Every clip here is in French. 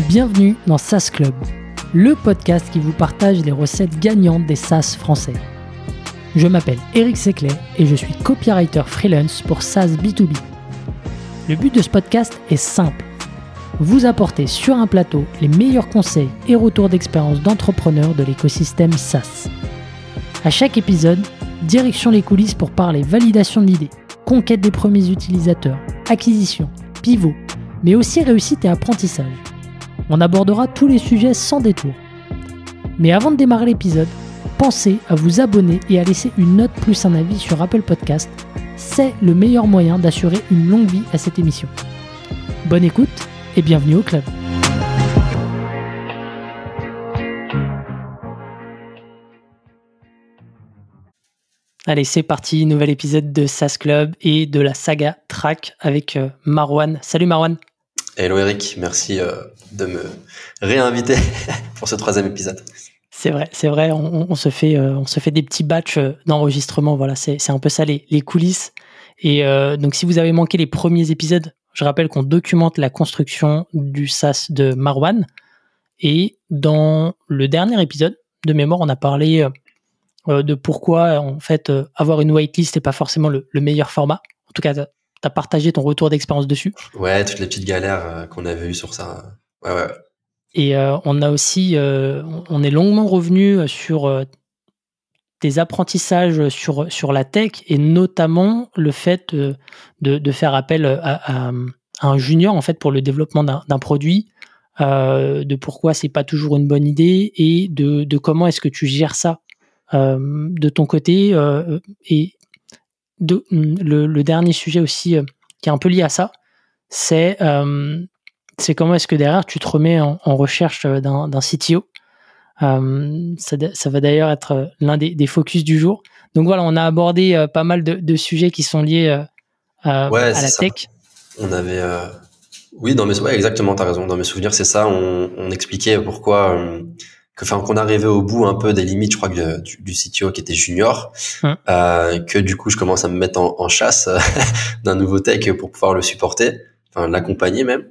Bienvenue dans SaaS Club, le podcast qui vous partage les recettes gagnantes des SaaS français. Je m'appelle Eric Seclet et je suis copywriter freelance pour SaaS B2B. Le but de ce podcast est simple, vous apporter sur un plateau les meilleurs conseils et retours d'expérience d'entrepreneurs de l'écosystème SaaS. À chaque épisode, direction les coulisses pour parler validation de l'idée, conquête des premiers utilisateurs, acquisition, pivot, mais aussi réussite et apprentissage. On abordera tous les sujets sans détour. Mais avant de démarrer l'épisode, pensez à vous abonner et à laisser une note plus un avis sur Apple Podcast. C'est le meilleur moyen d'assurer une longue vie à cette émission. Bonne écoute et bienvenue au club. Allez, c'est parti, nouvel épisode de SaaS Club et de la saga Track avec Marwan. Salut Marwan. Hello Eric, merci de me réinviter pour ce 3e épisode. C'est vrai, on se fait des petits batchs d'enregistrement, voilà, c'est un peu ça les coulisses. Et donc si vous avez manqué les premiers épisodes, je rappelle qu'on documente la construction du SaaS de Marwan. Et dans le dernier épisode, de mémoire, on a parlé de pourquoi en fait avoir une whitelist n'est pas forcément le meilleur format. En tout cas, t'as partagé ton retour d'expérience dessus. Ouais, toutes les petites galères qu'on avait eues sur ça. Ouais. Et on a aussi, on est longuement revenu sur tes apprentissages sur la tech et notamment le fait de faire appel à un junior en fait pour le développement d'un produit, de pourquoi c'est pas toujours une bonne idée et de comment est-ce que tu gères ça de ton côté et le dernier sujet aussi qui est un peu lié à ça, c'est comment est-ce que derrière tu te remets en recherche d'un CTO. Ça va d'ailleurs être l'un des focus du jour. Donc voilà, on a abordé pas mal de sujets qui sont liés à la tech. On avait... Oui, exactement, t'as raison. Dans mes souvenirs, c'est ça. On expliquait pourquoi... qu'on arrivait au bout un peu des limites, je crois, du CTO qui était junior, que du coup, je commence à me mettre en chasse d'un nouveau tech pour pouvoir le supporter, enfin l'accompagner même.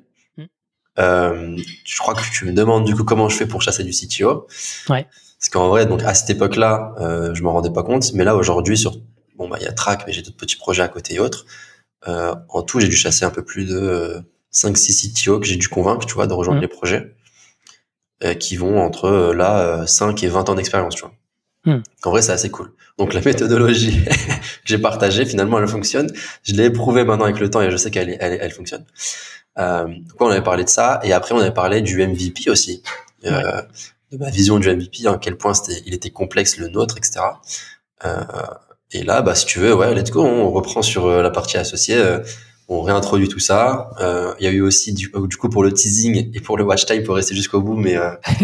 Je crois que tu me demandes du coup comment je fais pour chasser du CTO. Ouais. Parce qu'en vrai, donc à cette époque-là, je m'en rendais pas compte, mais là aujourd'hui, il y a Track, mais j'ai d'autres petits projets à côté et autres. En tout, j'ai dû chasser un peu plus de 5-6 CTO que j'ai dû convaincre, tu vois, de rejoindre les projets. Qui vont entre 5 et 20 ans d'expérience, tu vois. En vrai, c'est assez cool. Donc la méthodologie que j'ai partagée, finalement, elle fonctionne. Je l'ai éprouvé maintenant avec le temps et je sais elle fonctionne. Donc on avait parlé de ça et après on avait parlé du MVP aussi, de ma vision du MVP, à quel point il était complexe le nôtre, etc. Et là, si tu veux, ouais, let's go, on reprend sur la partie associée. On réintroduit tout ça. Il y a eu aussi du coup pour le teasing et pour le watch time pour rester jusqu'au bout, mais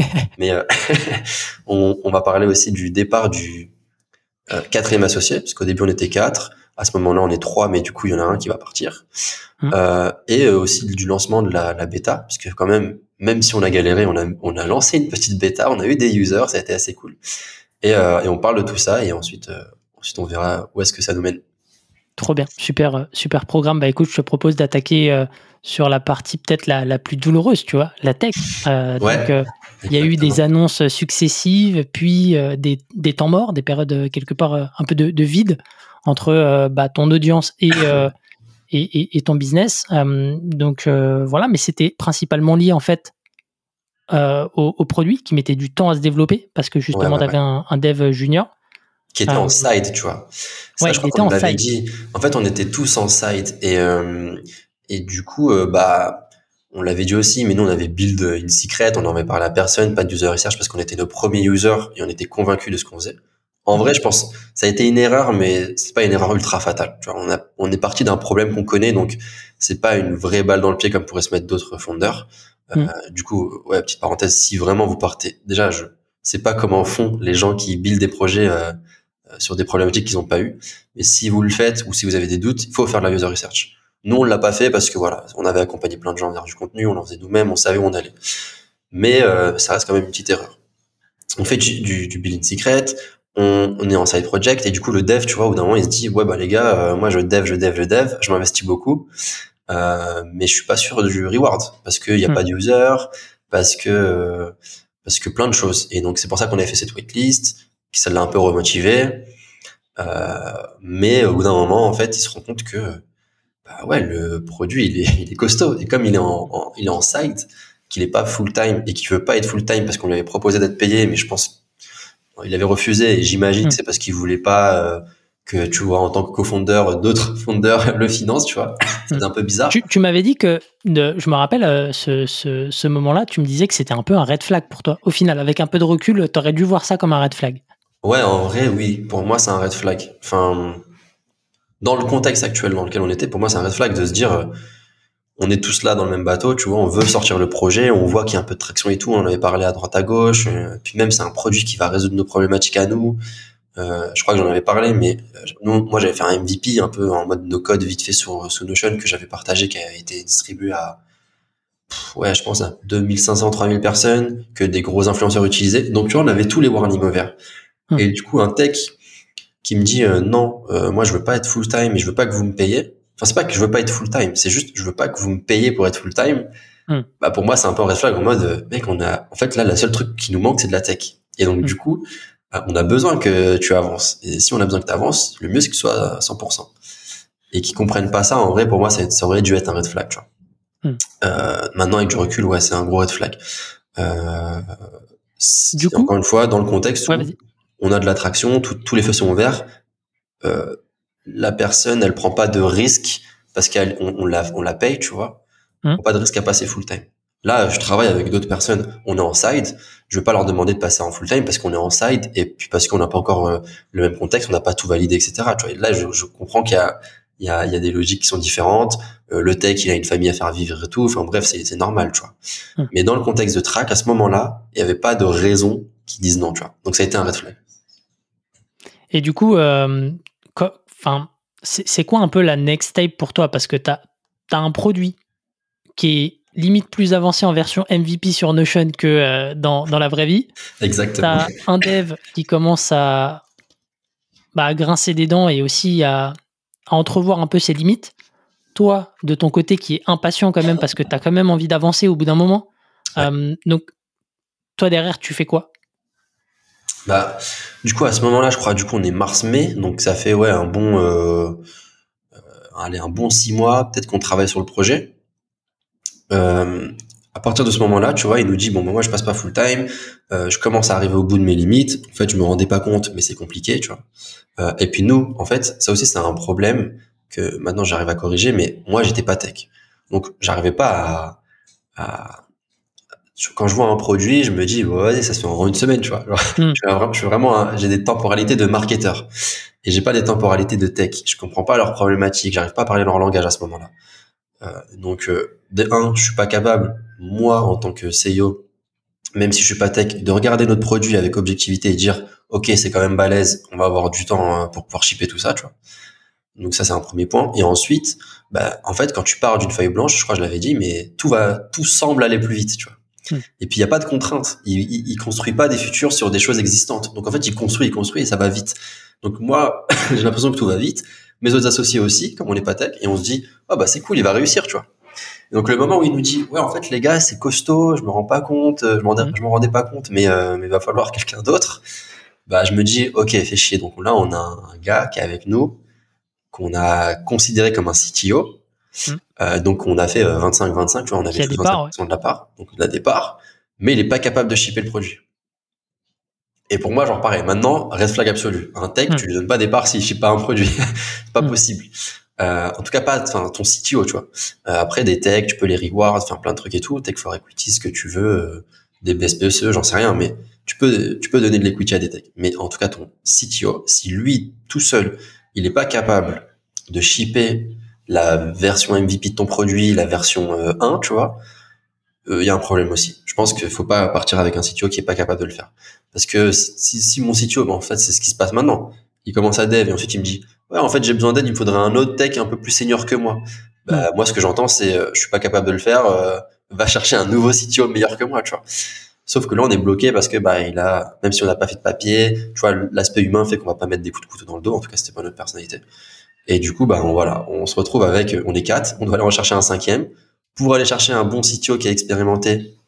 on va parler aussi du départ du 4e associé, parce qu'au début on était 4. À ce moment-là, on est 3, mais du coup il y en a un qui va partir. Et aussi du lancement de la bêta, puisque quand même si on a galéré, on a lancé une petite bêta, on a eu des users, ça a été assez cool. Et on parle de tout ça et ensuite on verra où est-ce que ça nous mène. Trop bien, super programme. Écoute, je te propose d'attaquer sur la partie peut-être la plus douloureuse, tu vois, la tech. Donc, il y a eu des annonces successives, puis des temps morts, des périodes quelque part un peu de vide entre ton audience et ton business. Donc voilà, mais c'était principalement lié en fait au produit qui mettait du temps à se développer parce que justement, tu avais un dev junior. Qui était en side, tu vois. Ça, je crois qu'on l'avait dit. En fait, on était tous en side et du coup, on l'avait dit aussi, mais nous, on avait build une secret, on n'en avait parlé à personne, pas de user research parce qu'on était nos premiers users et on était convaincus de ce qu'on faisait. En vrai, je pense, ça a été une erreur, mais c'est pas une erreur ultra fatale. Tu vois, on est parti d'un problème qu'on connaît, donc c'est pas une vraie balle dans le pied comme pourraient se mettre d'autres founders. Du coup, ouais, petite parenthèse, si vraiment vous partez, déjà, je sais pas comment font les gens qui build des projets sur des problématiques qu'ils n'ont pas eu. Mais si vous le faites ou si vous avez des doutes, il faut faire de la user research. Nous, on l'a pas fait parce que voilà, on avait accompagné plein de gens à faire du contenu, on en faisait nous-mêmes, on savait où on allait. Mais ça reste quand même une petite erreur. On fait du build in secret, on est en side project et du coup le dev, tu vois, au bout d'un moment il se dit les gars, moi je dev, je m'investis beaucoup, mais je suis pas sûr du reward parce qu'il y a pas d'user. parce que plein de choses. Et donc c'est pour ça qu'on avait fait cette waitlist, que ça l'a un peu remotivé. Mais au bout d'un moment, en fait, il se rend compte que bah ouais, le produit il est costaud. Et comme il est en site, qu'il est pas full time et qu'il veut pas être full time parce qu'on lui avait proposé d'être payé, mais je pense il avait refusé. Et j'imagine que c'est parce qu'il voulait pas que, tu vois, en tant que co-founder, d'autres founders le financent, tu vois. C'était un peu bizarre. Tu m'avais dit que, je me rappelle, ce moment-là, tu me disais que c'était un peu un red flag pour toi. Au final, avec un peu de recul, t'aurais dû voir ça comme un red flag. Ouais, en vrai, oui. Pour moi, c'est un red flag. Enfin, dans le contexte actuel dans lequel on était, pour moi, c'est un red flag de se dire, on est tous là dans le même bateau, tu vois, on veut sortir le projet, on voit qu'il y a un peu de traction et tout, on en avait parlé à droite à gauche, puis même c'est un produit qui va résoudre nos problématiques à nous. Je crois que j'en avais parlé, mais moi j'avais fait un MVP un peu en mode no code vite fait sur Notion que j'avais partagé, qui a été distribué à ouais, je pense à 2500, 3000 personnes, que des gros influenceurs utilisaient. Donc tu vois, on avait tous les warnings au vert. Et du coup, un tech qui me dit non, moi je veux pas être full time et je veux pas que vous me payez. Enfin, c'est pas que je veux pas être full time, c'est juste je veux pas que vous me payez pour être full time. Bah pour moi, c'est un peu un red flag en mode mec, on a en fait là la seule truc qui nous manque c'est de la tech. Et donc du coup, on a besoin que tu avances. Et si on a besoin que tu avances, le mieux c'est que ce soit à 100%. Et qu'ils comprennent pas ça, en vrai pour moi ça aurait dû être un red flag, tu vois. Maintenant avec du recul, ouais, c'est un gros red flag. Du coup, encore une fois, dans le contexte où on a de l'attraction, tous les feux sont ouverts, la personne, elle prend pas de risque parce on la paye, tu vois. On prend pas de risque à passer full time. Là, je travaille avec d'autres personnes, on est en side, je vais pas leur demander de passer en full time parce qu'on est en side et puis parce qu'on n'a pas encore le même contexte, on n'a pas tout validé, etc. Tu vois. Et là, je comprends qu'il y a des logiques qui sont différentes. Le tech, il a une famille à faire vivre et tout. Enfin bref, c'est normal, tu vois. Mais dans le contexte de track, à ce moment-là, il y avait pas de raison qui disent non, tu vois. Donc ça a été un red flag. Et du coup, c'est quoi un peu la next step pour toi? Parce que t'as un produit qui est limite plus avancé en version MVP sur Notion que dans la vraie vie. Exactement. T'as un dev qui commence à grincer des dents et aussi à entrevoir un peu ses limites. Toi, de ton côté, qui est impatient quand même parce que t'as quand même envie d'avancer au bout d'un moment. Ouais. Donc, toi derrière, tu fais quoi? Bah, du coup, à ce moment-là, je crois, du coup, on est mars-mai, donc ça fait ouais un bon 6 mois, peut-être qu'on travaille sur le projet. À partir de ce moment-là, tu vois, il nous dit bon, moi, je passe pas full time, je commence à arriver au bout de mes limites. En fait, je me rendais pas compte, mais c'est compliqué, tu vois. Et puis nous, en fait, ça aussi, c'est un problème que maintenant j'arrive à corriger, mais moi, j'étais pas tech, donc j'arrivais pas à quand je vois un produit, je me dis, ouais, ça se fait en une semaine, tu vois. Alors, je suis vraiment, j'ai des temporalités de marketeur et j'ai pas des temporalités de tech. Je comprends pas leurs problématiques, j'arrive pas à parler leur langage à ce moment-là. Donc, de un, je suis pas capable, moi, en tant que CEO, même si je suis pas tech, de regarder notre produit avec objectivité et dire, ok, c'est quand même balèze, on va avoir du temps pour pouvoir shipper tout ça, tu vois. Donc ça, c'est un premier point. Et ensuite, bah, en fait, quand tu pars d'une feuille blanche, je crois que je l'avais dit, mais tout semble aller plus vite, tu vois. Et puis il y a pas de contraintes. Il construit pas des futurs sur des choses existantes. Donc en fait, il construit et ça va vite. Donc moi, j'ai l'impression que tout va vite. Mes autres associés aussi, comme on n'est pas tech, et on se dit, ah bah c'est cool, il va réussir, tu vois. Et donc le moment où il nous dit, ouais, en fait les gars, c'est costaud, je me rends pas compte, je me rendais pas compte, mais va falloir quelqu'un d'autre. Bah je me dis, ok, fais chier. Donc là, on a un gars qui est avec nous, qu'on a considéré comme un CTO. Donc on a fait 25-25, tu vois, on avait tous 25% de la part, donc de la départ, mais il est pas capable de shipper le produit. Et pour moi, genre pareil, maintenant, red flag absolu. Un tech, tu lui donnes pas des parts s'il ship pas un produit. C'est pas possible. En tout cas, pas ton CTO, tu vois. Après, des techs, tu peux les rewards, faire plein de trucs et tout, tech for equity, ce que tu veux, des BSPCE, j'en sais rien, mais tu peux donner de l'equity à des techs. Mais en tout cas, ton CTO, si lui, tout seul, il est pas capable de shipper la version MVP de ton produit, la version 1, tu vois, il y a un problème aussi. Je pense qu'il faut pas partir avec un CTO qui est pas capable de le faire. Parce que si mon CTO, en fait, c'est ce qui se passe maintenant. Il commence à dev et ensuite il me dit, ouais, en fait, j'ai besoin d'aide, il me faudrait un autre tech un peu plus senior que moi. Bah, moi, ce que j'entends, c'est, je suis pas capable de le faire, va chercher un nouveau CTO meilleur que moi, tu vois. Sauf que là, on est bloqué parce que, même si on n'a pas fait de papier, tu vois, l'aspect humain fait qu'on va pas mettre des coups de couteau dans le dos. En tout cas, c'était pas notre personnalité. Et du coup, on se retrouve avec, on est 4, on doit aller en chercher un 5e pour aller chercher un bon CTO qui est expérimenté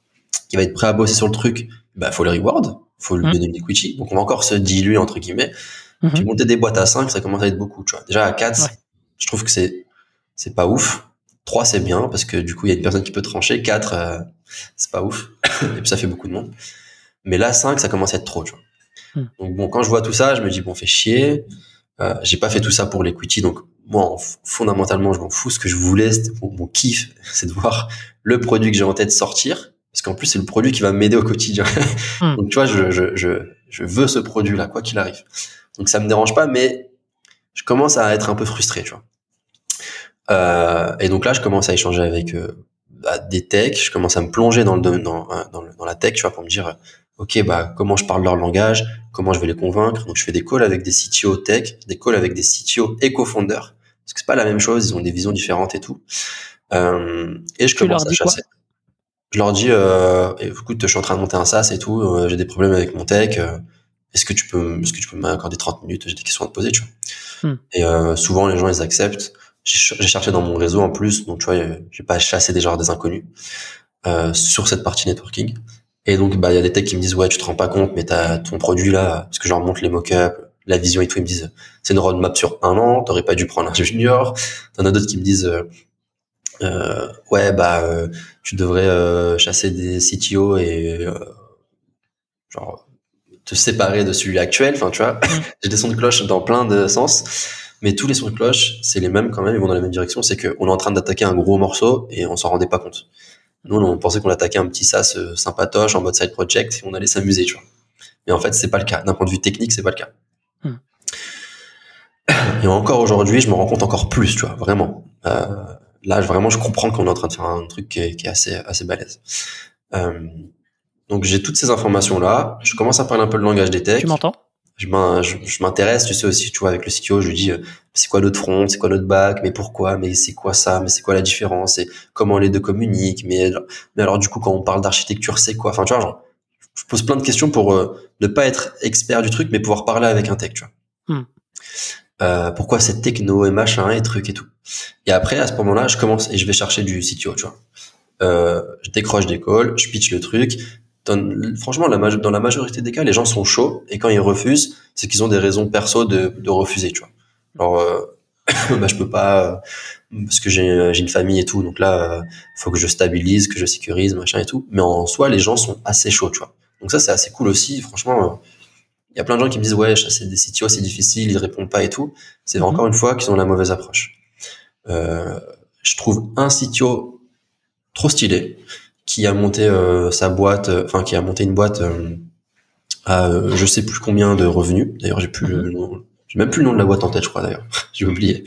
qui va être prêt à bosser sur le truc, bah, faut le reward, faut lui donner une equity. Donc, on va encore se diluer, entre guillemets. Puis monter des boîtes à 5, ça commence à être beaucoup, tu vois. Déjà, à 4, je trouve que c'est pas ouf. 3, c'est bien, parce que du coup, il y a une personne qui peut trancher. 4, c'est pas ouf. Et puis, ça fait beaucoup de monde. Mais là, 5, ça commence à être trop, tu vois. Donc, bon, quand je vois tout ça, je me dis, bon, fait chier. J'ai pas fait tout ça pour l'equity, donc moi, fondamentalement, je m'en fous. Ce que je voulais, c'était mon kiff, c'est de voir le produit que j'ai en tête sortir, parce qu'en plus, c'est le produit qui va m'aider au quotidien. Donc, tu vois, je veux ce produit-là, quoi qu'il arrive. Donc, ça me dérange pas, mais je commence à être un peu frustré, tu vois. Et donc là, je commence à échanger avec des techs. Je commence à me plonger dans la tech, tu vois, pour me dire, ok, bah comment je parle leur langage, comment je vais les convaincre. Donc je fais des calls avec des CTO tech, des calls avec des CTO et co-founders, parce que c'est pas la même chose. Ils ont des visions différentes et tout. Et je commence à chasser. Je leur dis, écoute, je suis en train de monter un SaaS et tout. J'ai des problèmes avec mon tech. Est-ce que tu peux m'accorder 30 minutes? J'ai des questions à te poser, tu vois. Et souvent les gens ils acceptent. J'ai cherché dans mon réseau en plus, donc tu vois, j'ai pas chassé des inconnus sur cette partie networking. Et donc bah il y a des techs qui me disent ouais, tu te rends pas compte, mais t'as ton produit là, parce que je leur montre les mock-ups, la vision et tout, ils me disent c'est une roadmap sur 1 an, t'aurais pas dû prendre un junior. T'en as d'autres qui me disent ouais bah tu devrais chasser des CTO et genre te séparer de celui actuel. Enfin tu vois, j'ai des sons de cloche dans plein de sens. Mais tous les sons de cloche, c'est les mêmes quand même, ils vont dans la même direction. C'est qu'on est en train d'attaquer un gros morceau et on s'en rendait pas compte. Nous, on pensait qu'on attaquait un petit SaaS sympatoche en mode side project et on allait s'amuser, tu vois. Mais en fait, c'est pas le cas. D'un point de vue technique, c'est pas le cas. Et encore aujourd'hui, je me rends compte encore plus, tu vois, vraiment. Là, vraiment, je comprends qu'on est en train de faire un truc qui est assez balèze. Donc, j'ai toutes ces informations-là. Je commence à parler un peu le langage des techs. Tu m'entends? Je m'intéresse, tu sais aussi, tu vois, avec le CTO, je lui dis, c'est quoi notre front, c'est quoi notre back, mais pourquoi, mais c'est quoi ça, mais c'est quoi la différence, et comment les deux communiquent, mais alors du coup, quand on parle d'architecture, c'est quoi, enfin, tu vois, genre, je pose plein de questions pour ne pas être expert du truc, mais pouvoir parler avec un tech, tu vois. Pourquoi cette techno et machin et truc et tout. Et après, à ce moment-là, je commence et je vais chercher du CTO, tu vois. Je décroche des calls, je pitch le truc. Franchement, dans la majorité des cas, les gens sont chauds et quand ils refusent, c'est qu'ils ont des raisons perso de refuser, tu vois. Alors, bah, je peux pas parce que j'ai une famille et tout, donc là, faut que je stabilise, que je sécurise, machin et tout. Mais en soi, les gens sont assez chauds, tu vois. Donc ça, c'est assez cool aussi. Franchement, il y a plein de gens qui me disent ouais, chasser des CTO, c'est difficile, ils répondent pas et tout. C'est encore une fois qu'ils ont la mauvaise approche. Je trouve un CTO trop stylé qui a monté sa boîte, qui a monté une boîte à je sais plus combien de revenus. D'ailleurs, j'ai même plus le nom de la boîte en tête, je crois d'ailleurs. J'ai oublié.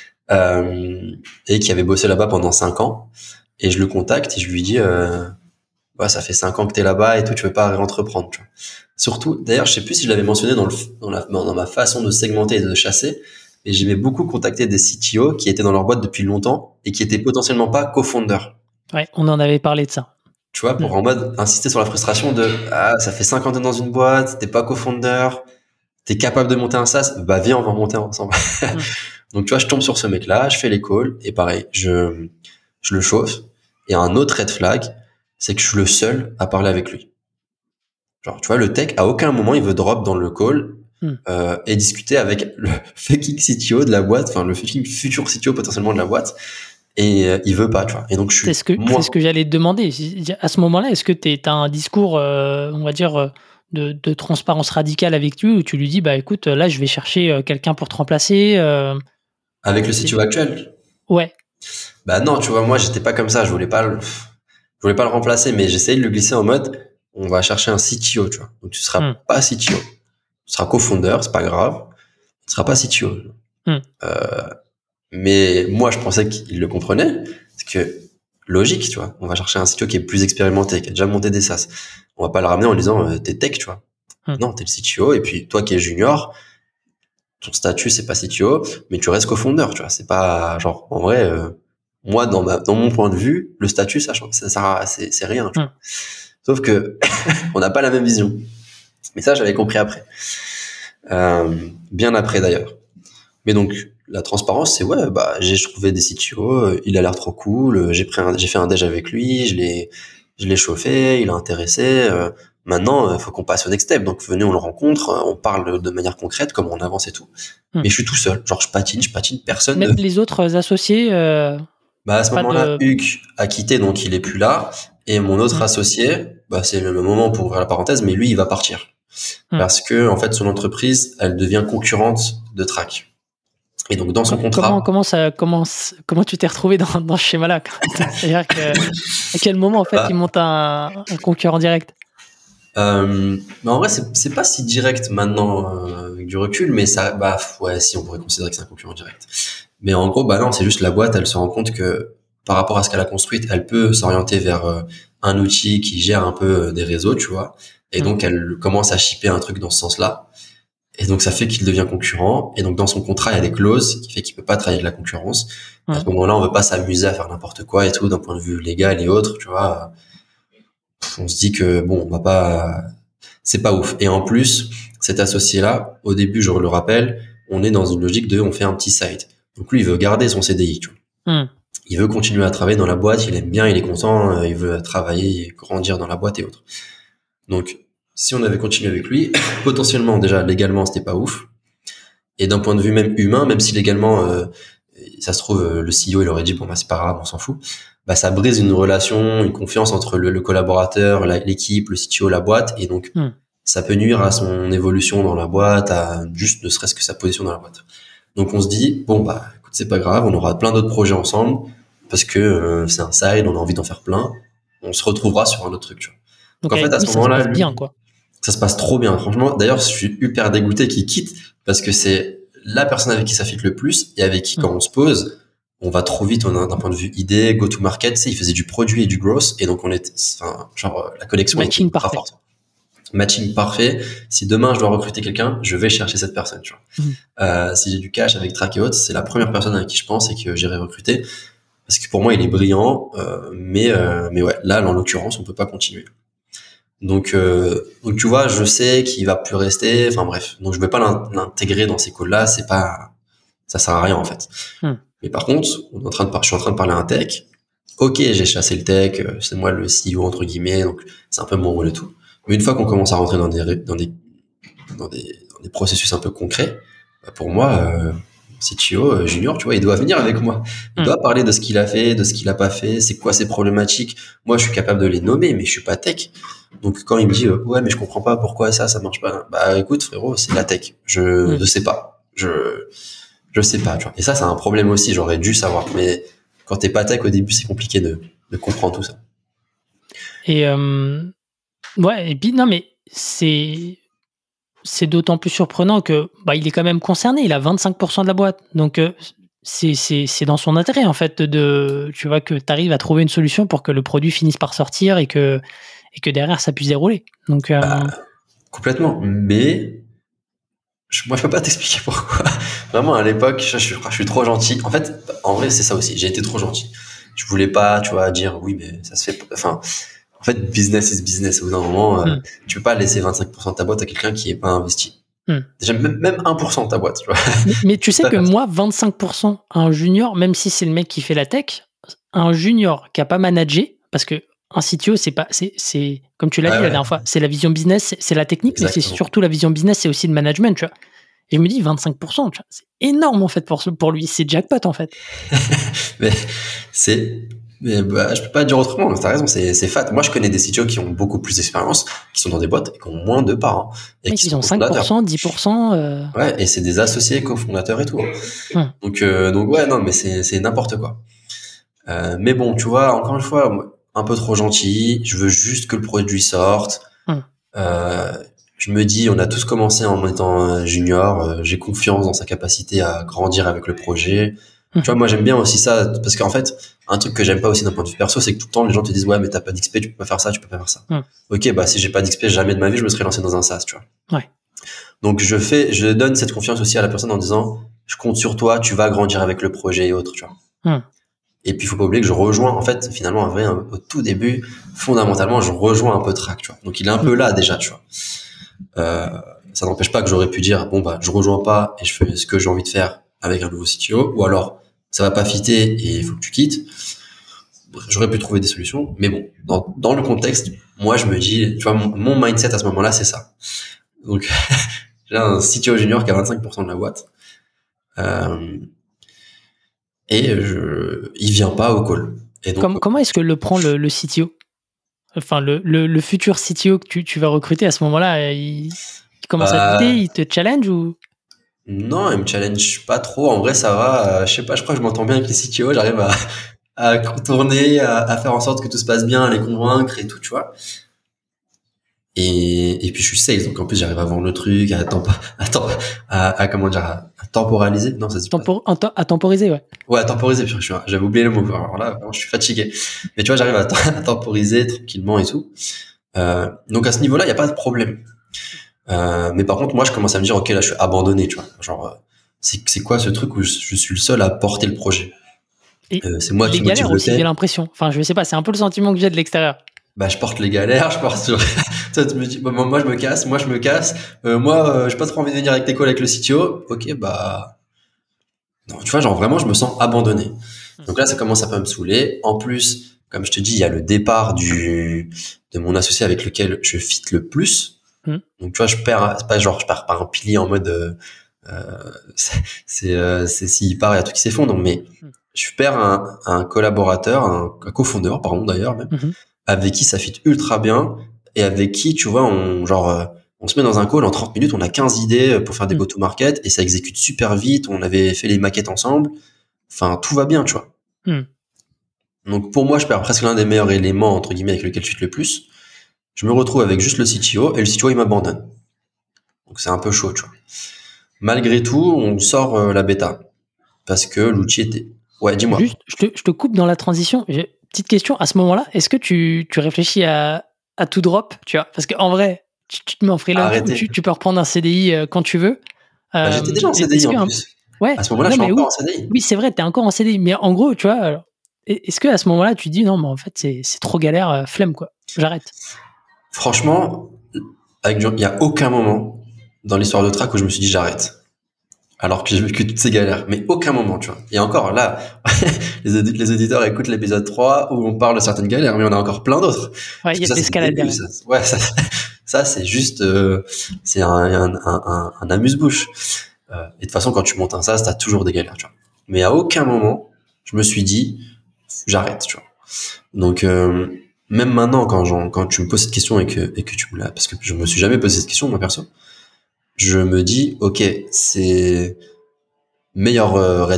Et qui avait bossé là-bas pendant 5 ans. Et je le contacte et je lui dis ouais, ça fait 5 ans que t'es là-bas et tout, tu veux pas réentreprendre, tu vois. Surtout, d'ailleurs, je sais plus si je l'avais mentionné dans ma façon de segmenter et de chasser, mais j'aimais beaucoup contacter des CTO qui étaient dans leur boîte depuis longtemps et qui étaient potentiellement pas co-founders. Ouais, on en avait parlé de ça. Tu vois, pour en mode insister sur la frustration de ça fait 5 ans que t'es dans une boîte, t'es pas co-founder, t'es capable de monter un SaaS, bah viens, on va monter ensemble. Donc tu vois, je tombe sur ce mec-là, je fais les calls et pareil, je le chauffe. Et un autre red flag, c'est que je suis le seul à parler avec lui. Genre, tu vois, le tech, à aucun moment, il veut drop dans le call et discuter avec le fucking CTO de la boîte, enfin, le fucking futur CTO potentiellement de la boîte. Et il veut pas, tu vois. Et donc, je suis c'est ce que j'allais te demander. À ce moment-là, est-ce que t'as un discours, on va dire, de transparence radicale avec lui, où tu lui dis, bah écoute, là, je vais chercher quelqu'un pour te remplacer avec le CTO actuel? Ouais. Bah non, tu vois, moi, j'étais pas comme ça. Je voulais pas le remplacer, mais j'essayais de le glisser en mode, on va chercher un CTO, tu vois. Donc, tu seras pas CTO. Tu seras co-founder, c'est pas grave. Tu seras pas CTO. Mais moi, je pensais qu'il le comprenait. Parce que, logique, tu vois. On va chercher un CTO qui est plus expérimenté, qui a déjà monté des SaaS. On va pas le ramener en lui disant, t'es tech, tu vois. Non, t'es le CTO. Et puis, toi qui es junior, ton statut, c'est pas CTO, mais tu restes co-founder, tu vois. C'est pas, genre, en vrai, moi, dans mon point de vue, le statut, ça c'est rien, tu vois. Sauf que, on n'a pas la même vision. Mais ça, j'avais compris après. Bien après, d'ailleurs. Mais donc, la transparence, c'est ouais, bah j'ai trouvé des CTO, il a l'air trop cool, j'ai fait un déj avec lui, je l'ai chauffé, il a intéressé. Maintenant, il faut qu'on passe au next step. Donc, venez, on le rencontre, on parle de manière concrète, comment on avance et tout. Mais je suis tout seul. Genre, je patine, personne. Même les autres associés. À ce moment-là, Hugues a quitté, donc il est plus là. Et mon autre associé, c'est le moment pour ouvrir la parenthèse, mais lui, il va partir. Parce que, en fait, son entreprise, elle devient concurrente de Track. Et donc, dans son contrat. Comment tu t'es retrouvé dans ce schéma-là? C'est-à-dire à quel moment, en fait, il monte un concurrent direct? En vrai, c'est pas si direct maintenant, avec du recul, mais ça, si, on pourrait considérer que c'est un concurrent direct. Mais en gros, non, c'est juste la boîte, elle se rend compte que, par rapport à ce qu'elle a construite, elle peut s'orienter vers un outil qui gère un peu des réseaux, tu vois. Et donc, elle commence à shipper un truc dans ce sens-là. Et donc, ça fait qu'il devient concurrent. Et donc, dans son contrat, il y a des clauses qui fait qu'il peut pas travailler avec la concurrence. À ce moment-là, on veut pas s'amuser à faire n'importe quoi et tout, d'un point de vue légal et autres, tu vois. On se dit que, on va pas, c'est pas ouf. Et en plus, cet associé-là, au début, je le rappelle, on est dans une logique on fait un petit side. Donc lui, il veut garder son CDI, tu vois. Il veut continuer à travailler dans la boîte, il aime bien, il est content, il veut travailler et grandir dans la boîte et autres. Donc, si on avait continué avec lui, potentiellement, déjà, légalement, c'était pas ouf. Et d'un point de vue même humain, même si légalement, ça se trouve, le CEO, il aurait dit, c'est pas grave, on s'en fout. Ça brise une relation, une confiance entre le collaborateur, l'équipe, le CTO, la boîte. Et donc, ça peut nuire à son évolution dans la boîte, à juste ne serait-ce que sa position dans la boîte. Donc, on se dit, écoute, c'est pas grave, on aura plein d'autres projets ensemble parce que c'est un side, on a envie d'en faire plein. On se retrouvera sur un autre truc, tu vois. Donc en fait, à ce moment-là, ça se passe bien, quoi. Ça se passe trop bien, franchement. D'ailleurs, je suis hyper dégoûté qu'il quitte parce que c'est la personne avec qui ça fit le plus et avec qui, quand on se pose, on va trop vite d'un point de vue idée, go to market. Tu sais, il faisait du produit et du growth et donc on était, la connexion matching parfait. Forte. Matching parfait. Si demain je dois recruter quelqu'un, je vais chercher cette personne, tu vois. Si j'ai du cash avec Track et autres, c'est la première personne avec qui je pense et que j'irai recruter parce que pour moi il est brillant, mais ouais, là en l'occurrence on peut pas continuer. Donc tu vois, je sais qu'il va plus rester. Enfin bref, donc je vais pas l'intégrer dans ces calls-là. Ça sert à rien en fait. Mais par contre, je suis en train de parler à un tech. Ok, j'ai chassé le tech, c'est moi le CEO entre guillemets, donc c'est un peu mon rôle et tout. Mais une fois qu'on commence à rentrer dans des processus un peu concrets, pour moi, CTO junior, tu vois, il doit venir avec moi. Il doit parler de ce qu'il a fait, de ce qu'il a pas fait, c'est quoi ses problématiques. Moi, je suis capable de les nommer, mais je suis pas tech. Donc quand il me dit ouais, mais je comprends pas pourquoi ça marche pas. Écoute frérot, c'est la tech. Je sais pas. Je sais pas, tu vois. Et ça, c'est un problème aussi. J'aurais dû savoir, mais quand t'es pas tech au début, c'est compliqué de comprendre tout ça. Et ouais, et puis non, mais c'est d'autant plus surprenant que il est quand même concerné. Il a 25% de la boîte, donc c'est dans son intérêt en fait tu vois, que t'arrives à trouver une solution pour que le produit finisse par sortir et que derrière ça puisse dérouler. Donc complètement. Mais moi, je peux pas t'expliquer pourquoi. Vraiment, à l'époque, je suis trop gentil. En fait, en vrai, c'est ça aussi. J'ai été trop gentil. Je voulais pas, tu vois, dire oui, mais ça se fait. Enfin, en fait, business is business. Au bout d'un moment, tu peux pas laisser 25% de ta boîte à quelqu'un qui est pas investi. Déjà, même 1% de ta boîte, tu vois. Mais tu sais que moi, 25% à un junior, même si c'est le mec qui fait la tech, un junior qui a pas managé, parce que un CTO, c'est comme tu l'as dit la dernière fois, c'est la vision business, c'est la technique, exactement. Mais c'est surtout la vision business, c'est aussi le management, tu vois. Et je me dis 25%, tu vois, c'est énorme en fait pour lui, c'est jackpot en fait. mais je peux pas dire autrement, t'as raison, c'est fat. Moi, je connais des CTO qui ont beaucoup plus d'expérience, qui sont dans des boîtes et qui ont moins de parts. Et qui ont 5%, 10%. Ouais, et c'est des associés cofondateurs et tout. Donc ouais, non, mais c'est n'importe quoi. Mais bon, tu vois, encore une fois, un peu trop gentil, je veux juste que le produit sorte. Je me dis, on a tous commencé en étant junior, j'ai confiance dans sa capacité à grandir avec le projet. Tu vois, moi j'aime bien aussi ça, parce qu'en fait, un truc que j'aime pas aussi d'un point de vue perso, c'est que tout le temps les gens te disent ouais, mais t'as pas d'XP, tu peux pas faire ça, tu peux pas faire ça. Ok, si j'ai pas d'XP, jamais de ma vie je me serais lancé dans un SaaS, tu vois. Ouais. Donc je donne cette confiance aussi à la personne en disant je compte sur toi, tu vas grandir avec le projet et autres, tu vois. Et puis, il faut pas oublier que je rejoins, en fait, finalement, en vrai, au tout début, fondamentalement, je rejoins un peu Track, tu vois. Donc, il est un peu là, déjà, tu vois. Ça n'empêche pas que j'aurais pu dire, je rejoins pas et je fais ce que j'ai envie de faire avec un nouveau CTO, ou alors, ça va pas fitter et il faut que tu quittes. j'aurais pu trouver des solutions, mais bon, dans le contexte, moi, je me dis, tu vois, mon mindset à ce moment-là, c'est ça. Donc, j'ai un CTO junior qui a 25% de la boîte, et il vient pas au call. Et donc, comment est-ce que le prend le CTO? Enfin, le futur CTO que tu vas recruter à ce moment-là, il commence à douter, il te challenge ou? Non, il me challenge pas trop. En vrai, ça va. Je sais pas, je crois que je m'entends bien avec les CTO. J'arrive à contourner, à faire en sorte que tout se passe bien, à les convaincre et tout, tu vois. Et puis je suis sales, donc en plus j'arrive à vendre le truc, à comment dire, à temporaliser. Non, ça se dit pas. À temporiser, ouais. Ouais, à temporiser. J'avais oublié le mot. Alors là, vraiment, je suis fatigué. Mais tu vois, j'arrive à temporiser tranquillement et tout. Donc à ce niveau-là, il y a pas de problème. Mais par contre, moi, je commence à me dire, ok, là, je suis abandonné, tu vois. Genre, c'est quoi ce truc où je suis le seul à porter le projet? Et c'est moi qui motive le aussi, tech. j'ai l'impression. Enfin, je sais pas, c'est un peu le sentiment que j'ai de l'extérieur. Bah, je porte les galères, je porte sur... Toi, tu me dis, bah, moi, je me casse. J'ai pas trop envie de venir avec tes calls avec le CTO. Ok, bah... Non, tu vois, genre, vraiment, je me sens abandonné. Donc là, ça commence à pas me saouler. En plus, comme je te dis, il y a le départ de mon associé avec lequel je fit le plus. Donc, tu vois, c'est pas genre, je pars par un pilier en mode... c'est s'il part, il y a tout qui s'effondre, mais je perds un collaborateur, un cofondeur, pardon, d'ailleurs, même, avec qui ça fit ultra bien, et avec qui, tu vois, on se met dans un call, en 30 minutes, on a 15 idées pour faire des go-to-market, et ça exécute super vite, on avait fait les maquettes ensemble, enfin, tout va bien, tu vois. Donc, pour moi, je perds presque l'un des meilleurs éléments, entre guillemets, avec lequel je fit le plus. Je me retrouve avec juste le CTO, et le CTO, il m'abandonne. Donc, c'est un peu chaud, tu vois. Malgré tout, on sort la bêta, parce que l'outil était... Ouais, dis-moi. Juste, je te coupe dans la transition. Petite question, à ce moment-là, est-ce que tu réfléchis à tout drop, tu vois? Parce qu'en vrai, tu te mets en freelance ou tu peux reprendre un CDI quand tu veux. Bah, j'étais déjà en CDI en plus. Ouais. À ce moment-là, je suis encore en CDI. Oui, c'est vrai, t'es encore en CDI. Mais en gros, tu vois, alors, est-ce que à ce moment-là, tu te dis non, mais en fait, c'est trop galère, flemme, quoi. J'arrête. Franchement, il n'y a aucun moment dans l'histoire de Track où je me suis dit j'arrête. Alors que j'ai vécu toutes ces galères. Mais aucun moment, tu vois. Et encore, là, les auditeurs écoutent l'épisode 3 où on parle de certaines galères, mais on a encore plein d'autres. Ouais, il y a l'escalade derrière. Ouais, ça, c'est juste, c'est un amuse-bouche. Et de toute façon, quand tu montes un SaaS, t'as toujours des galères, tu vois. Mais à aucun moment, je me suis dit, j'arrête, tu vois. Donc, même maintenant, quand tu me poses cette question et que tu me l'as, parce que je me suis jamais posé cette question, moi, perso, je me dis, ok, c'est meilleur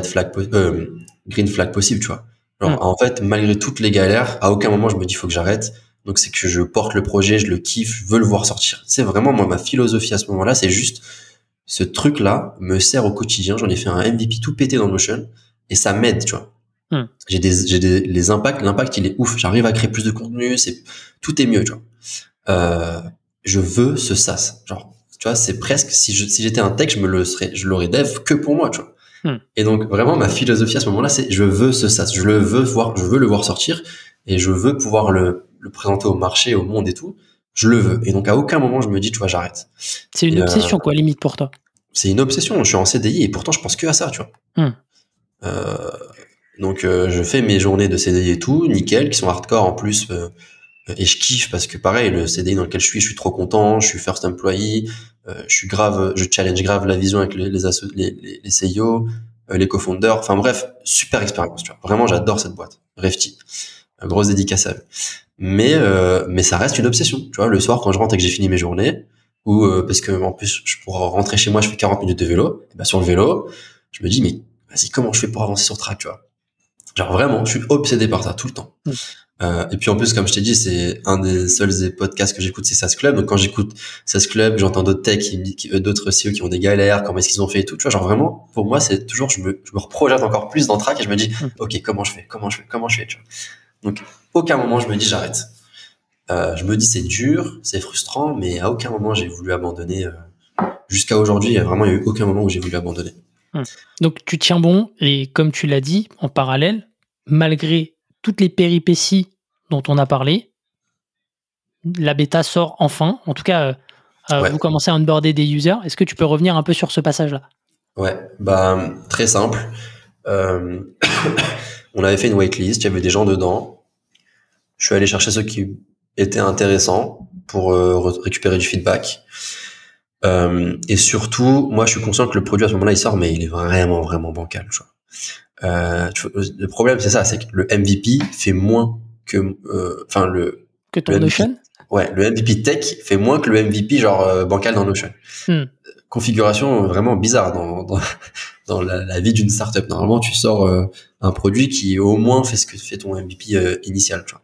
green flag possible, tu vois. Alors, en fait, malgré toutes les galères, à aucun moment je me dis, faut que j'arrête. Donc, c'est que je porte le projet, je le kiffe, je veux le voir sortir. C'est vraiment, moi, ma philosophie à ce moment-là, c'est juste, ce truc-là me sert au quotidien. J'en ai fait un MVP tout pété dans Notion et ça m'aide, tu vois. L'impact, il est ouf. J'arrive à créer plus de contenu, tout est mieux, tu vois. Je veux ce SaaS. Genre, tu vois, c'est presque, si j'étais un tech, je l'aurais dev que pour moi, tu vois. Et donc, vraiment, ma philosophie à ce moment-là, c'est, je veux ce SaaS. Je veux le voir sortir et je veux pouvoir le présenter au marché, au monde et tout. Je le veux. Et donc, à aucun moment, je me dis, tu vois, j'arrête. C'est une obsession, quoi, limite pour toi. C'est une obsession. Je suis en CDI et pourtant, je pense que à ça, tu vois. Donc, je fais mes journées de CDI et tout, nickel, qui sont hardcore en plus, et je kiffe parce que pareil, le CDI dans lequel je suis trop content, je suis first employee, je challenge grave la vision avec les CEO, les co-founders, enfin bref, super expérience, tu vois. Vraiment, j'adore cette boîte. Refty. Grosse dédicace à eux. Mais ça reste une obsession, tu vois. Le soir, quand je rentre et que j'ai fini mes journées, ou parce que en plus, pour rentrer chez moi, je fais 40 minutes de vélo. Et ben, sur le vélo, je me dis, mais vas-y, comment je fais pour avancer sur Track, tu vois. Genre vraiment, je suis obsédé par ça tout le temps. Et puis en plus, comme je t'ai dit, c'est un des seuls podcasts que j'écoute, c'est SaaS Club. Donc quand j'écoute SaaS Club, j'entends d'autres techs, d'autres CEO qui ont des galères, comment est-ce qu'ils ont fait et tout. Tu vois, genre vraiment, pour moi, c'est toujours, je me reprojette encore plus dans Track et je me dis, ok, comment je fais, tu vois. Donc, aucun moment je me dis j'arrête. Je me dis c'est dur, c'est frustrant, mais à aucun moment j'ai voulu abandonner. Jusqu'à aujourd'hui, il y a eu aucun moment où j'ai voulu abandonner. Donc tu tiens bon et comme tu l'as dit, en parallèle, malgré toutes les péripéties dont on a parlé, la bêta sort enfin. En tout cas, vous commencez à onboarder des users. Est-ce que tu peux revenir un peu sur ce passage-là ? Ouais, très simple. On avait fait une waitlist, il y avait des gens dedans. Je suis allé chercher ceux qui étaient intéressants pour récupérer du feedback. Et surtout, moi, je suis conscient que le produit à ce moment-là, il sort, mais il est vraiment, vraiment bancal. Tu vois. Le problème, c'est ça, c'est que le MVP fait moins que, que ton Notion. Ouais, le MVP tech fait moins que le MVP genre bancal dans Notion. Configuration vraiment bizarre dans la vie d'une startup. Normalement, tu sors un produit qui au moins fait ce que fait ton MVP initial. Tu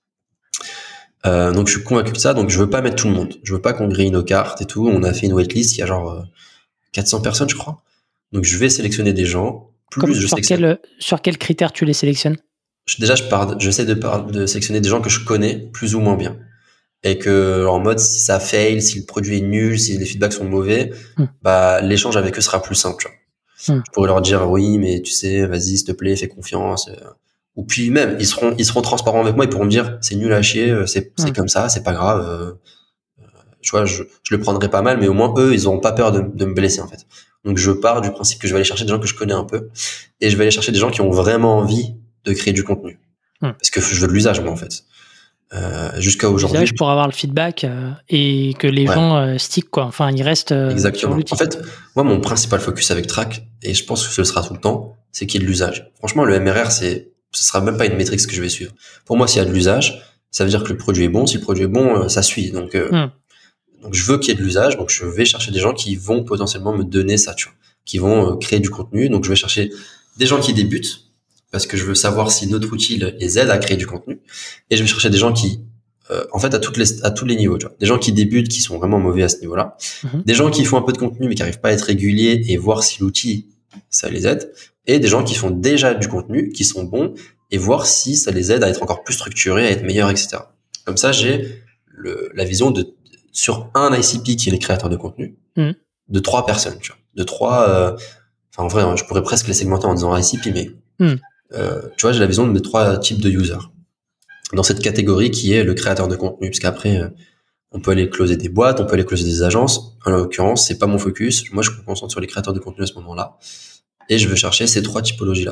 vois. Donc, je suis convaincu de ça. Donc, je veux pas mettre tout le monde. Je veux pas qu'on grille nos cartes et tout. On a fait une waitlist. Il y a genre 400 personnes, je crois. Donc, je vais sélectionner des gens. Sur quels critères tu les sélectionnes? J'essaie de sélectionner des gens que je connais plus ou moins bien. Et que, en mode, si ça fail, si le produit est nul, si les feedbacks sont mauvais, bah, l'échange avec eux sera plus simple, tu vois. Je pourrais leur dire, oui, mais tu sais, vas-y, s'il te plaît, fais confiance. Ou puis même, ils seront transparents avec moi, ils pourront me dire, c'est nul à chier, c'est comme ça, c'est pas grave. Tu vois, je le prendrai pas mal, mais au moins, eux, ils auront pas peur de me blesser, en fait. Donc, je pars du principe que je vais aller chercher des gens que je connais un peu. Et je vais aller chercher des gens qui ont vraiment envie de créer du contenu. Parce que je veux de l'usage, moi, en fait. Jusqu'à aujourd'hui. L'usage pour avoir le feedback et que les gens stick, quoi. Enfin, ils restent Exactement. sur l'outil. En fait, moi, mon principal focus avec Track, et je pense que ce sera tout le temps, c'est qu'il y ait de l'usage. Franchement, le MRR, ce sera même pas une métrique que je vais suivre. Pour moi, s'il y a de l'usage, ça veut dire que le produit est bon. Si le produit est bon, ça suit. Donc, je veux qu'il y ait de l'usage. Donc, je vais chercher des gens qui vont potentiellement me donner ça, tu vois, qui vont créer du contenu. Donc, je vais chercher des gens qui débutent parce que je veux savoir si notre outil les aide à créer du contenu. Et je vais chercher des gens qui, en fait, à tous les niveaux, tu vois. Des gens qui débutent, qui sont vraiment mauvais à ce niveau-là. Des gens qui font un peu de contenu, mais qui arrivent pas à être réguliers et voir si l'outil, ça les aide. Et des gens qui font déjà du contenu, qui sont bons, et voir si ça les aide à être encore plus structurés, à être meilleurs, etc. Comme ça, j'ai la vision sur un ICP qui est les créateurs de contenu, de 3 personnes, tu vois. De 3, en vrai, je pourrais presque les segmenter en disant ICP, mais, tu vois, j'ai la vision de mes 3 types de users. Dans cette catégorie qui est le créateur de contenu, parce qu'après, on peut aller closer des boîtes, on peut aller closer des agences. En l'occurrence, c'est pas mon focus. Moi, je me concentre sur les créateurs de contenu à ce moment-là. Et je veux chercher ces 3 typologies-là.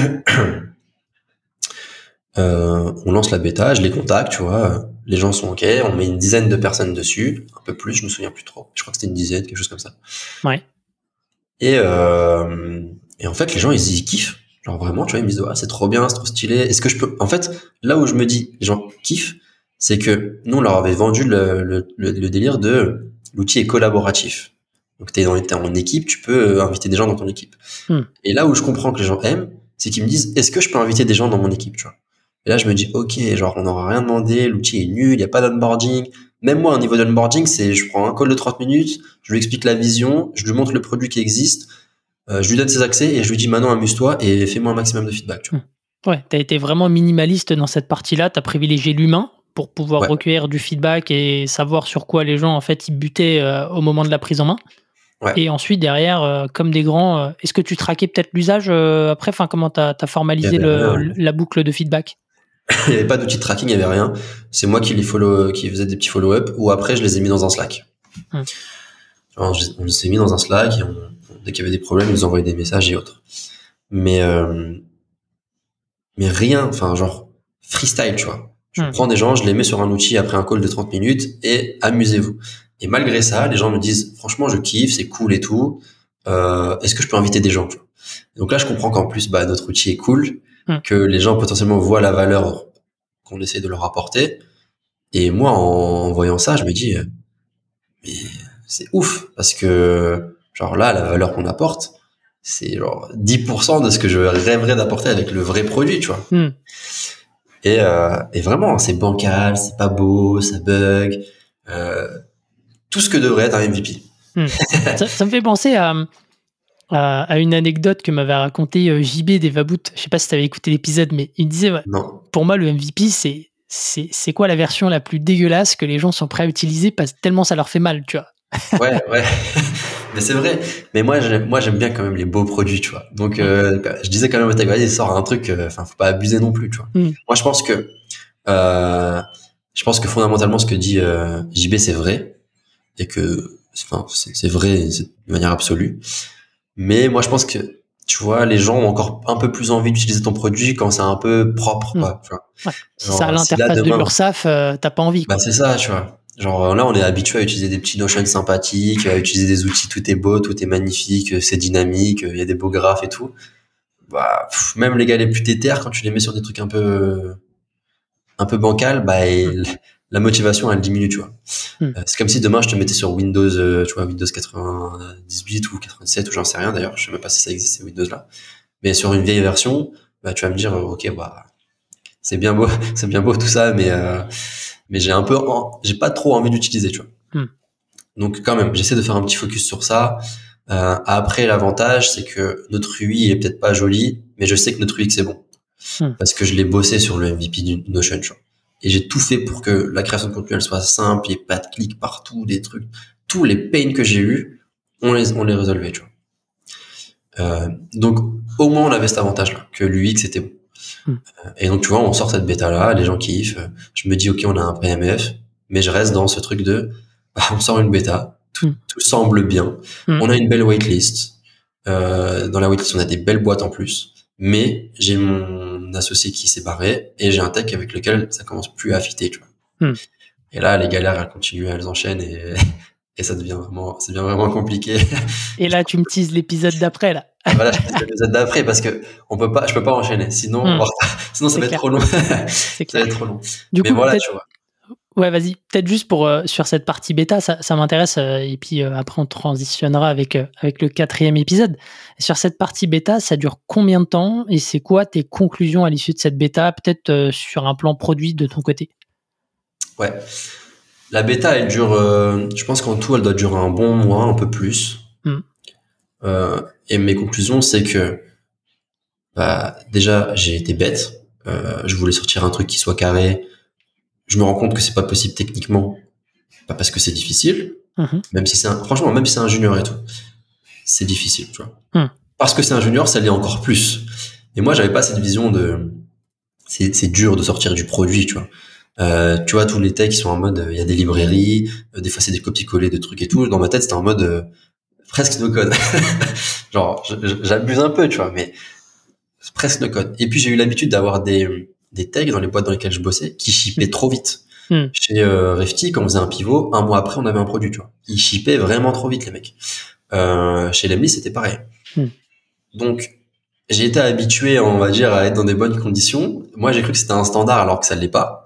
On lance la bêta, je les contacte, tu vois. Les gens sont OK, on met une dizaine de personnes dessus. Un peu plus, je me souviens plus trop. Je crois que c'était une dizaine, quelque chose comme ça. Ouais. Et en fait, les gens, ils kiffent. Genre vraiment, tu vois, ils me disent, ouais, c'est trop bien, c'est trop stylé. Est-ce que je peux, en fait, là où je me dis, les gens kiffent, c'est que nous, on leur avait vendu le délire de l'outil est collaboratif. Donc, t'es en équipe, tu peux inviter des gens dans ton équipe. Et là où je comprends que les gens aiment, c'est qu'ils me disent, est-ce que je peux inviter des gens dans mon équipe, tu vois? Et là, je me dis, OK, genre, on n'aura rien demandé, l'outil est nul, il n'y a pas d'onboarding. Même moi, au niveau d'onboarding, je prends un call de 30 minutes, je lui explique la vision, je lui montre le produit qui existe, je lui donne ses accès et je lui dis maintenant amuse-toi et fais-moi un maximum de feedback. Tu vois. Ouais, t'as été vraiment minimaliste dans cette partie-là, t'as privilégié l'humain pour pouvoir recueillir du feedback et savoir sur quoi les gens en fait ils butaient au moment de la prise en main. Ouais. Et ensuite derrière, comme des grands, est-ce que tu traquais peut-être l'usage après? Enfin, comment t'as formalisé la boucle de feedback? Il n'y avait pas d'outil de tracking, il n'y avait rien. C'est moi qui faisais des petits follow-up ou après je les ai mis dans un Slack. Alors, on s'est mis dans un Slack et dès qu'il y avait des problèmes, ils nous envoyaient des messages et autres. Mais rien, enfin genre freestyle, tu vois. Je prends des gens, je les mets sur un outil après un call de 30 minutes et amusez-vous. Et malgré ça, les gens me disent franchement je kiffe, c'est cool et tout. Est-ce que je peux inviter des gens, tu vois. Donc là je comprends qu'en plus notre outil est cool, que les gens potentiellement voient la valeur qu'on essaie de leur apporter. Et moi en voyant ça, je me dis mais c'est ouf parce que genre là la valeur qu'on apporte c'est genre 10% de ce que je rêverais d'apporter avec le vrai produit, tu vois. Et vraiment c'est bancal, c'est pas beau, ça bug, tout ce que devrait être un MVP. Ça me fait penser à une anecdote que m'avait raconté JB des Vaboot. Je sais pas si tu avais écouté l'épisode, mais il disait pour moi le MVP c'est quoi la version la plus dégueulasse que les gens sont prêts à utiliser parce que tellement ça leur fait mal, tu vois. Ouais. Mais c'est vrai. Mais moi j'aime bien quand même les beaux produits, tu vois. Donc je disais quand même au tag, il sort un truc, faut pas abuser non plus, tu vois. Moi je pense que fondamentalement ce que dit JB c'est vrai et que c'est vrai de manière absolue. Mais moi je pense que tu vois, les gens ont encore un peu plus envie d'utiliser ton produit quand c'est un peu propre, quoi. Tu vois. Ouais. Si ça a l'interface de l'URSSAF, t'as pas envie, quoi. Bah, c'est ça, tu vois. Genre, là, on est habitué à utiliser des petits Notion sympathiques, à utiliser des outils, tout est beau, tout est magnifique, c'est dynamique, il y a des beaux graphes et tout. Bah, même les gars les plus déter, quand tu les mets sur des trucs un peu bancal, bah, la motivation, elle diminue, tu vois. C'est comme si demain, je te mettais sur Windows, tu vois, Windows 98 ou 87 ou j'en sais rien d'ailleurs, je sais même pas si ça existe ces Windows là. Mais sur une vieille version, bah, tu vas me dire, ok, bah, c'est bien beau, c'est bien beau tout ça, mais j'ai pas trop envie d'utiliser, tu vois. Donc, quand même, j'essaie de faire un petit focus sur ça. Après, l'avantage, c'est que notre UI il est peut-être pas joli, mais je sais que notre UX c'est bon. Parce que je l'ai bossé sur le MVP du Notion, tu vois. Et j'ai tout fait pour que la création de contenu, elle soit simple, il n'y ait pas de clics partout, des trucs. Tous les pains que j'ai eus, on les résolvait, tu vois. Donc, au moins, on avait cet avantage-là, que l'UX était bon. Et donc, tu vois, on sort cette bêta-là, les gens kiffent. Je me dis, OK, on a un PMF, mais je reste dans ce truc de, on sort une bêta, tout semble bien. On a une belle waitlist. Dans la waitlist, on a des belles boîtes en plus. Mais j'ai mon associé qui s'est barré et j'ai un tech avec lequel ça commence plus à fitter, tu vois. Et là, les galères, elles continuent, elles enchaînent et ça devient vraiment compliqué. Et là, tu me teases l'épisode d'après, là. Voilà, je tease l'épisode d'après parce que je peux pas enchaîner. Sinon ça va être trop long. Ça va être trop long. Du mais coup, voilà, tu vois. Ouais, vas-y. Peut-être juste pour sur cette partie bêta, ça m'intéresse. Et puis après, on transitionnera avec le 4e épisode. Sur cette partie bêta, ça dure combien de temps et c'est quoi tes conclusions à l'issue de cette bêta, peut-être sur un plan produit de ton côté? Ouais, la bêta, elle dure. Je pense qu'en tout, elle doit durer un bon mois, un peu plus. Et mes conclusions, c'est que déjà, j'ai été bête. Je voulais sortir un truc qui soit carré. Je me rends compte que c'est pas possible techniquement, pas parce que c'est difficile, même si franchement, même si c'est un junior et tout, c'est difficile, tu vois. Parce que c'est un junior, ça l'est encore plus. Et moi, j'avais pas cette vision de, c'est dur de sortir du produit, tu vois. Tu vois, tous les techs, ils sont en mode, il y a des librairies, des fois c'est des copier-coller de trucs et tout. Dans ma tête, c'était en mode, presque no code. Genre, j'abuse un peu, tu vois, mais c'est presque no code. Et puis, j'ai eu l'habitude d'avoir des techs dans les boîtes dans lesquelles je bossais qui shippaient trop vite. Chez Refty, quand on faisait un pivot, un mois après, on avait un produit, tu vois. Ils shippaient vraiment trop vite, les mecs. Chez Lemly, c'était pareil. Donc, j'ai été habitué, on va dire, à être dans des bonnes conditions. Moi, j'ai cru que c'était un standard alors que ça l'est pas.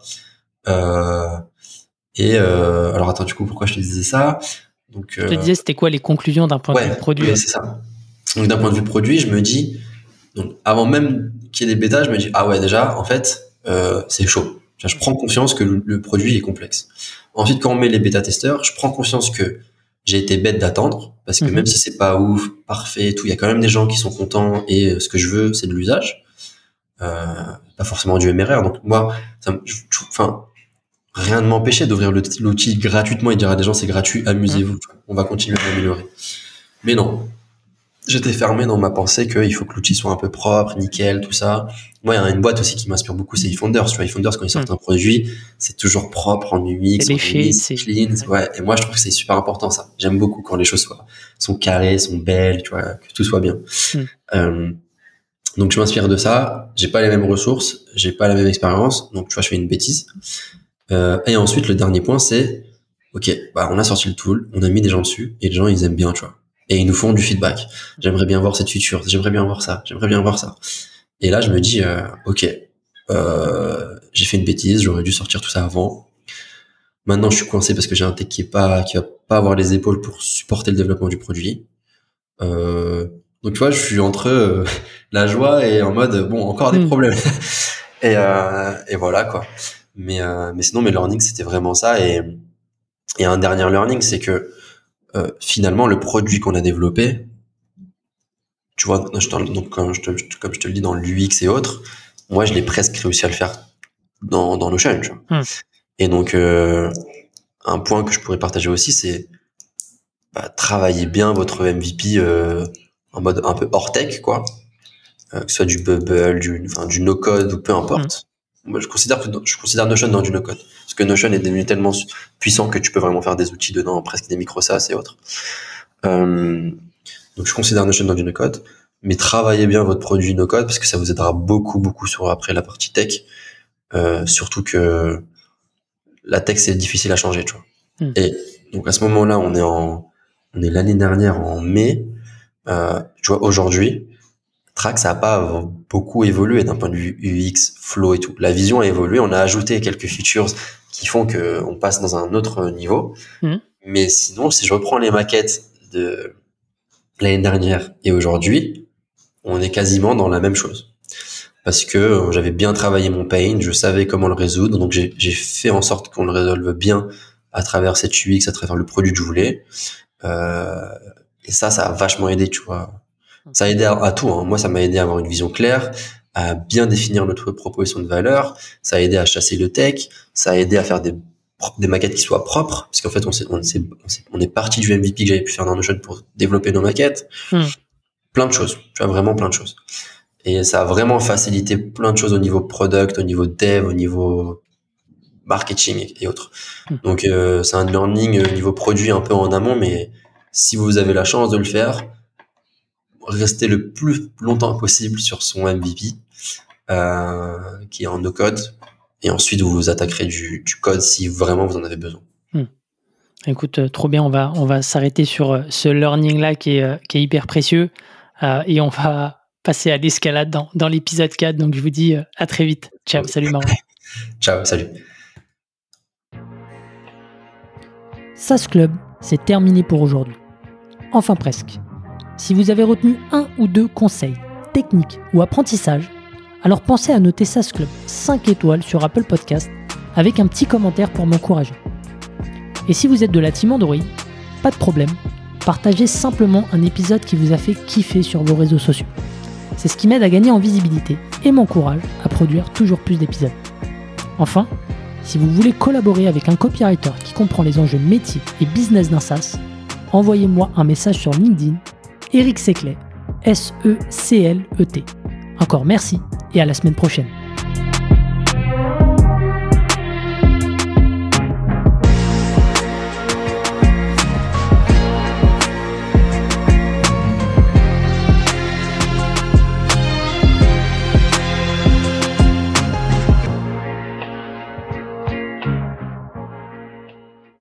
Alors attends, du coup, pourquoi je te disais ça? Donc, je te disais, c'était quoi les conclusions d'un point de vue produit? Ouais, c'est ça. Donc, d'un point de vue produit, je me dis, donc, avant même qu'il y ait des bêtas, je me dis, ah ouais, déjà, en fait, c'est chaud. Je prends conscience que le produit est complexe. Ensuite, quand on met les bêta-testeurs, je prends conscience que j'ai été bête d'attendre, parce que même si c'est pas ouf, parfait et tout, il y a quand même des gens qui sont contents et ce que je veux, c'est de l'usage. Pas forcément du MRR. Donc, moi, rien ne m'empêchait d'ouvrir l'outil gratuitement et dire à des gens, c'est gratuit, amusez-vous. On va continuer à l'améliorer. Mais non. J'étais fermé dans ma pensée qu'il faut que l'outil soit un peu propre, nickel, tout ça. Moi, il y a une boîte aussi qui m'inspire beaucoup, c'est eFounders. Tu vois, eFounders, quand ils sortent un produit, c'est toujours propre en UX, en UI, c'est clean. Ouais. Et moi, je trouve que c'est super important, ça. J'aime beaucoup quand les choses sont carrées, sont belles, tu vois, que tout soit bien. Donc, je m'inspire de ça. J'ai pas les mêmes ressources, j'ai pas la même expérience. Donc, tu vois, je fais une bêtise. Et ensuite, le dernier point, c'est, OK, on a sorti le tool, on a mis des gens dessus, et les gens, ils aiment bien, tu vois. Et ils nous font du feedback. J'aimerais bien voir cette feature, j'aimerais bien voir ça, j'aimerais bien voir ça. Et là, je me dis, OK, j'ai fait une bêtise, j'aurais dû sortir tout ça avant. Maintenant, je suis coincé parce que j'ai un tech qui va pas avoir les épaules pour supporter le développement du produit. Donc, tu vois, je suis entre la joie et en mode, bon, encore des problèmes. et voilà, quoi. Mais sinon, mes learnings, c'était vraiment ça. Et un dernier learning, c'est que finalement, le produit qu'on a développé, tu vois, donc comme je te le dis dans l'UX et autres, moi, je l'ai presque réussi à le faire dans Notion, tu vois. Et donc, un point que je pourrais partager aussi, c'est travailler bien votre MVP en mode un peu hors tech, quoi. Que ce soit du bubble, du no-code ou peu importe. Moi, je considère Notion dans du no-code. Parce que Notion est devenu tellement puissant que tu peux vraiment faire des outils dedans, presque des micro-SaaS et autres. Donc, je considère Notion dans du no-code. mais travaillez bien votre produit no-code parce que ça vous aidera beaucoup sur après la partie tech. Surtout que la tech, c'est difficile à changer, tu vois. Et donc à ce moment-là, on est l'année dernière en mai. Tu vois, aujourd'hui, Track, ça n'a pas beaucoup évolué d'un point de vue UX, flow et tout. La vision a évolué. On a ajouté quelques features qui font que on passe dans un autre niveau. Mais sinon, si je reprends les maquettes de l'année dernière et aujourd'hui, on est quasiment dans la même chose. Parce que j'avais bien travaillé mon pain, je savais comment le résoudre, donc j'ai fait en sorte qu'on le résolve bien à travers cette UX, à travers le produit que je voulais. Et ça a vachement aidé, tu vois. Ça a aidé à tout, hein. Moi, ça m'a aidé à avoir une vision claire, à bien définir notre proposition de valeur, ça a aidé à chasser le tech, ça a aidé à faire des maquettes qui soient propres, parce qu'en fait, on est parti du MVP que j'avais pu faire dans Notion pour développer nos maquettes. Plein de choses, tu vois, vraiment plein de choses. Et ça a vraiment facilité plein de choses au niveau product, au niveau dev, au niveau marketing et autres. Donc, c'est un learning au niveau produit un peu en amont, mais si vous avez la chance de le faire, restez le plus longtemps possible sur son MVP, qui est en no-code, et ensuite vous vous attaquerez du code si vraiment vous en avez besoin. Écoute, trop bien, on va s'arrêter sur ce learning-là qui est hyper précieux, et on va passer à l'escalade dans l'épisode 4. Donc, je vous dis à très vite. Ciao, salut Marwan. Ciao, salut. SaaS Club, c'est terminé pour aujourd'hui. Enfin presque. Si vous avez retenu un ou deux conseils, techniques ou apprentissages, alors pensez à noter SaaS Club 5 étoiles sur Apple Podcast avec un petit commentaire pour m'encourager. Et si vous êtes de la team Android, pas de problème, partagez simplement un épisode qui vous a fait kiffer sur vos réseaux sociaux. C'est ce qui m'aide à gagner en visibilité et m'encourage à produire toujours plus d'épisodes. Enfin, si vous voulez collaborer avec un copywriter qui comprend les enjeux métiers et business d'un SaaS, envoyez-moi un message sur LinkedIn, Eric Seclet, S-E-C-L-E-T. Encore merci et à la semaine prochaine.